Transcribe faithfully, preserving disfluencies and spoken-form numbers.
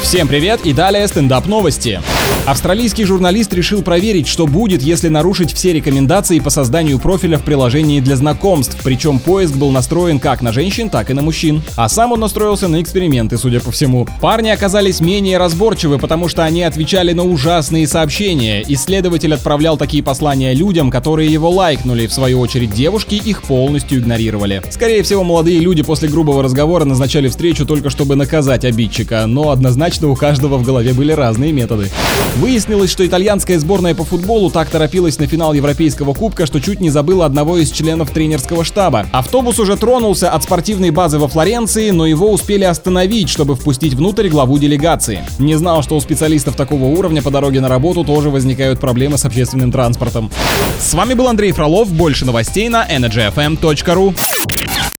Всем привет и далее стендап-новости. Австралийский журналист решил проверить, что будет, если нарушить все рекомендации по созданию профиля в приложении для знакомств, причем поиск был настроен как на женщин, так и на мужчин. А сам он настроился на эксперименты, судя по всему. Парни оказались менее разборчивы, потому что они отвечали на ужасные сообщения. Исследователь отправлял такие послания людям, которые его лайкнули, в свою очередь девушки их полностью игнорировали. Скорее всего, молодые люди после грубого разговора назначали встречу только чтобы наказать обидчика, но однозначно у каждого в голове были разные методы. Выяснилось, что итальянская сборная по футболу так торопилась на финал Европейского кубка, что чуть не забыла одного из членов тренерского штаба. Автобус уже тронулся от спортивной базы во Флоренции, но его успели остановить, чтобы впустить внутрь главу делегации. Не знал, что у специалистов такого уровня по дороге на работу тоже возникают проблемы с общественным транспортом. С вами был Андрей Фролов. Больше новостей на энерджи эф эм точка ру.